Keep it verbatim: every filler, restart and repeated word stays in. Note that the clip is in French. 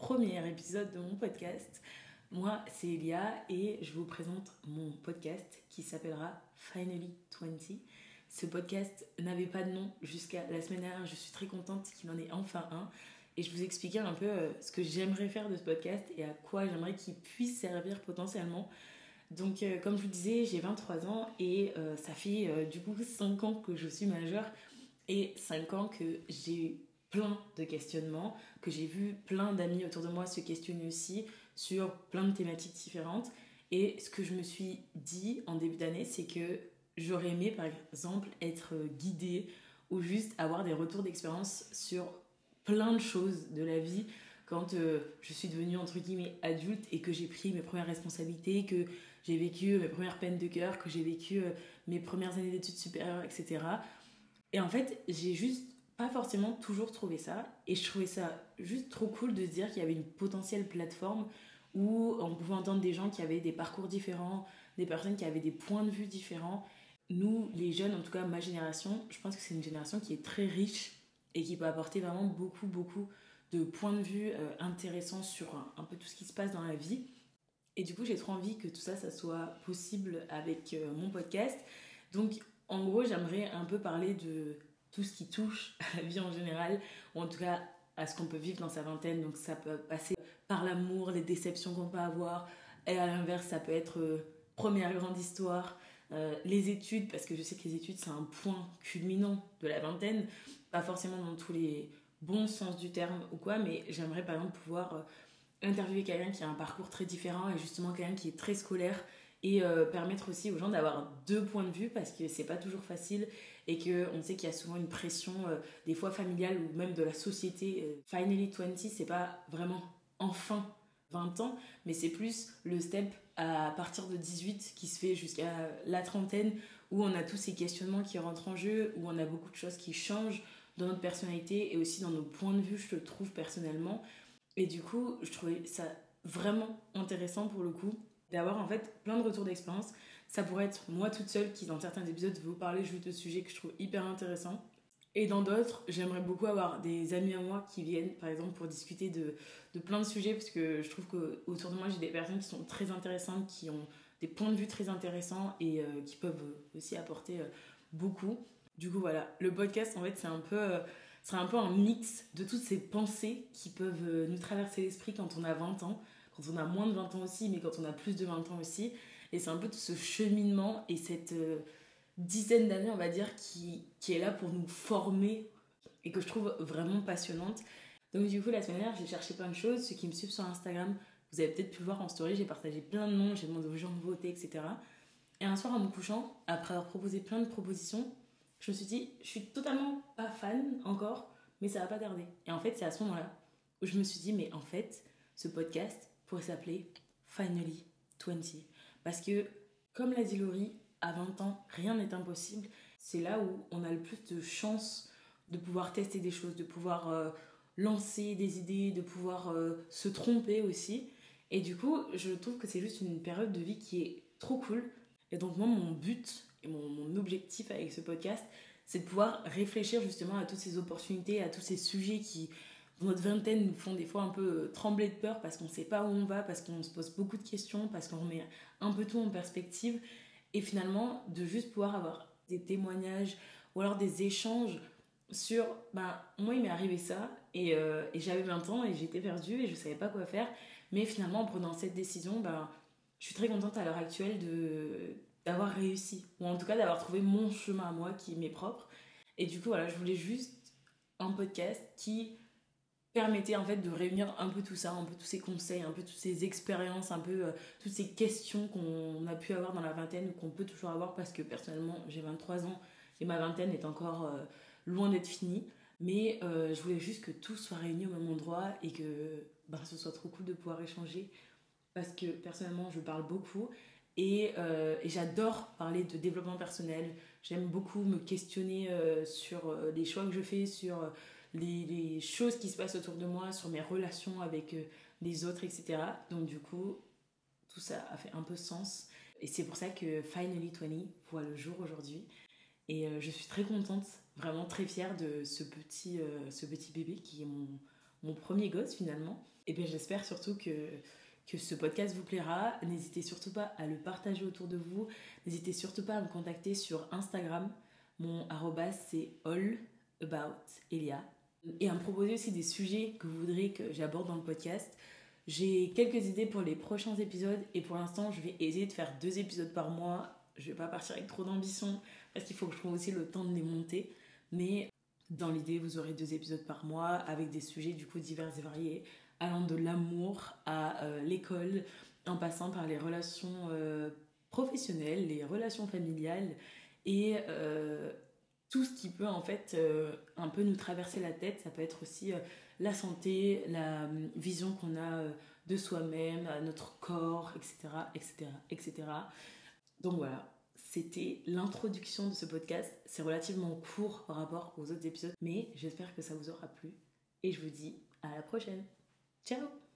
premier épisode de mon podcast. Moi, c'est Elia et je vous présente mon podcast qui s'appellera Finally vingt. Ce podcast n'avait pas de nom jusqu'à la semaine dernière. Je suis très contente qu'il en ait enfin un. Et je vous expliquais un peu ce que j'aimerais faire de ce podcast et à quoi j'aimerais qu'il puisse servir potentiellement. Donc, euh, comme je vous disais, j'ai vingt-trois ans et euh, ça fait euh, du coup cinq ans que je suis majeure et cinq ans que j'ai eu plein de questionnements, que j'ai vu plein d'amis autour de moi se questionner aussi sur plein de thématiques différentes. Et ce que je me suis dit en début d'année, c'est que j'aurais aimé par exemple être guidée ou juste avoir des retours d'expérience sur plein de choses de la vie quand euh, je suis devenue entre guillemets adulte et que j'ai pris mes premières responsabilités, que j'ai vécu mes premières peines de cœur, que j'ai vécu euh, mes premières années d'études supérieures, et cetera. Et en fait, j'ai juste pas forcément toujours trouvé ça. Et je trouvais ça juste trop cool de se dire qu'il y avait une potentielle plateforme où on pouvait entendre des gens qui avaient des parcours différents, des personnes qui avaient des points de vue différents. Nous, les jeunes, en tout cas ma génération, je pense que c'est une génération qui est très riche et qui peut apporter vraiment beaucoup, beaucoup de points de vue euh, intéressants sur un, un peu tout ce qui se passe dans la vie. Et du coup, j'ai trop envie que tout ça, ça soit possible avec euh, mon podcast. Donc, en gros, j'aimerais un peu parler de tout ce qui touche à la vie en général, ou en tout cas à ce qu'on peut vivre dans sa vingtaine. Donc, ça peut passer par l'amour, les déceptions qu'on peut avoir. Et à l'inverse, ça peut être euh, première grande histoire, euh, les études, parce que je sais que les études, c'est un point culminant de la vingtaine. Pas forcément dans tous les bons sens du terme ou quoi, mais j'aimerais par exemple pouvoir... Euh, interviewer quelqu'un qui a un parcours très différent et justement quelqu'un qui est très scolaire et euh, permettre aussi aux gens d'avoir deux points de vue parce que c'est pas toujours facile et qu'on sait qu'il y a souvent une pression euh, des fois familiale ou même de la société. euh, Finally vingt, c'est pas vraiment enfin vingt ans, mais c'est plus le step à partir de dix-huit qui se fait jusqu'à la trentaine où on a tous ces questionnements qui rentrent en jeu, où on a beaucoup de choses qui changent dans notre personnalité et aussi dans nos points de vue, je le trouve personnellement. Et du coup, je trouvais ça vraiment intéressant pour le coup d'avoir en fait plein de retours d'expérience. Ça pourrait être moi toute seule qui dans certains épisodes vais vous parler juste de sujets que je trouve hyper intéressants. Et dans d'autres, j'aimerais beaucoup avoir des amis à moi qui viennent par exemple pour discuter de, de plein de sujets parce que je trouve qu'autour de moi j'ai des personnes qui sont très intéressantes, qui ont des points de vue très intéressants et euh, qui peuvent aussi apporter euh, beaucoup. Du coup voilà, le podcast en fait c'est un peu... Euh, c'est un peu un mix de toutes ces pensées qui peuvent nous traverser l'esprit quand on a vingt ans, quand on a moins de vingt ans aussi, mais quand on a plus de vingt ans aussi. Et c'est un peu tout ce cheminement et cette euh, dizaine d'années, on va dire, qui, qui est là pour nous former et que je trouve vraiment passionnante. Donc du coup, la semaine dernière, j'ai cherché plein de choses. Ceux qui me suivent sur Instagram, vous avez peut-être pu le voir en story, j'ai partagé plein de noms, j'ai demandé aux gens de voter, et cetera. Et un soir, en me couchant, après avoir proposé plein de propositions, je me suis dit, je suis totalement pas fan encore, mais ça va pas tarder. Et en fait, c'est à ce moment-là où je me suis dit, mais en fait, ce podcast pourrait s'appeler Finally vingt. Parce que, comme l'a dit Laurie, à vingt ans, rien n'est impossible. C'est là où on a le plus de chances de pouvoir tester des choses, de pouvoir euh, lancer des idées, de pouvoir euh, se tromper aussi. Et du coup, je trouve que c'est juste une période de vie qui est trop cool. Et donc moi, mon but et mon, mon objectif avec ce podcast, c'est de pouvoir réfléchir justement à toutes ces opportunités, à tous ces sujets qui, dans notre vingtaine, nous font des fois un peu trembler de peur parce qu'on ne sait pas où on va, parce qu'on se pose beaucoup de questions, parce qu'on remet un peu tout en perspective. Et finalement, de juste pouvoir avoir des témoignages ou alors des échanges sur, ben, moi il m'est arrivé ça et, euh, et j'avais vingt ans et j'étais perdue et je ne savais pas quoi faire. Mais finalement, en prenant cette décision, ben, je suis très contente à l'heure actuelle de, d'avoir réussi, ou en tout cas d'avoir trouvé mon chemin à moi qui m'est propre. Et du coup, voilà, je voulais juste un podcast qui permettait en fait de réunir un peu tout ça, un peu tous ces conseils, un peu toutes ces expériences, un peu euh, toutes ces questions qu'on a pu avoir dans la vingtaine, ou qu'on peut toujours avoir parce que personnellement, j'ai vingt-trois ans et ma vingtaine est encore euh, loin d'être finie. Mais euh, je voulais juste que tout soit réuni au même endroit et que ben, ce soit trop cool de pouvoir échanger parce que personnellement je parle beaucoup et, euh, et j'adore parler de développement personnel. J'aime beaucoup me questionner euh, sur euh, les choix que je fais, sur euh, les, les choses qui se passent autour de moi, sur mes relations avec euh, les autres, et cetera. Donc du coup, tout ça a fait un peu sens. Et c'est pour ça que Finally vingt voit le jour aujourd'hui. Et euh, je suis très contente, vraiment très fière de ce petit, euh, ce petit bébé qui est mon, mon premier gosse finalement. Et bien j'espère surtout que, que ce podcast vous plaira. N'hésitez surtout pas à le partager autour de vous. N'hésitez surtout pas à me contacter sur Instagram. Mon arrobas c'est allaboutElia. Et à me proposer aussi des sujets que vous voudrez que j'aborde dans le podcast. J'ai quelques idées pour les prochains épisodes et pour l'instant je vais essayer de faire deux épisodes par mois. Je vais pas partir avec trop d'ambition parce qu'il faut que je trouve aussi le temps de les monter. Mais dans l'idée, vous aurez deux épisodes par mois avec des sujets du coup divers et variés, allant de l'amour à euh, l'école, en passant par les relations euh, professionnelles, les relations familiales et euh, tout ce qui peut en fait euh, un peu nous traverser la tête. Ça peut être aussi euh, la santé, la euh, vision qu'on a euh, de soi-même, notre corps, et cetera, et cetera, et cetera. Donc voilà, c'était l'introduction de ce podcast. C'est relativement court par rapport aux autres épisodes, mais j'espère que ça vous aura plu. Et je vous dis à la prochaine. Ciao!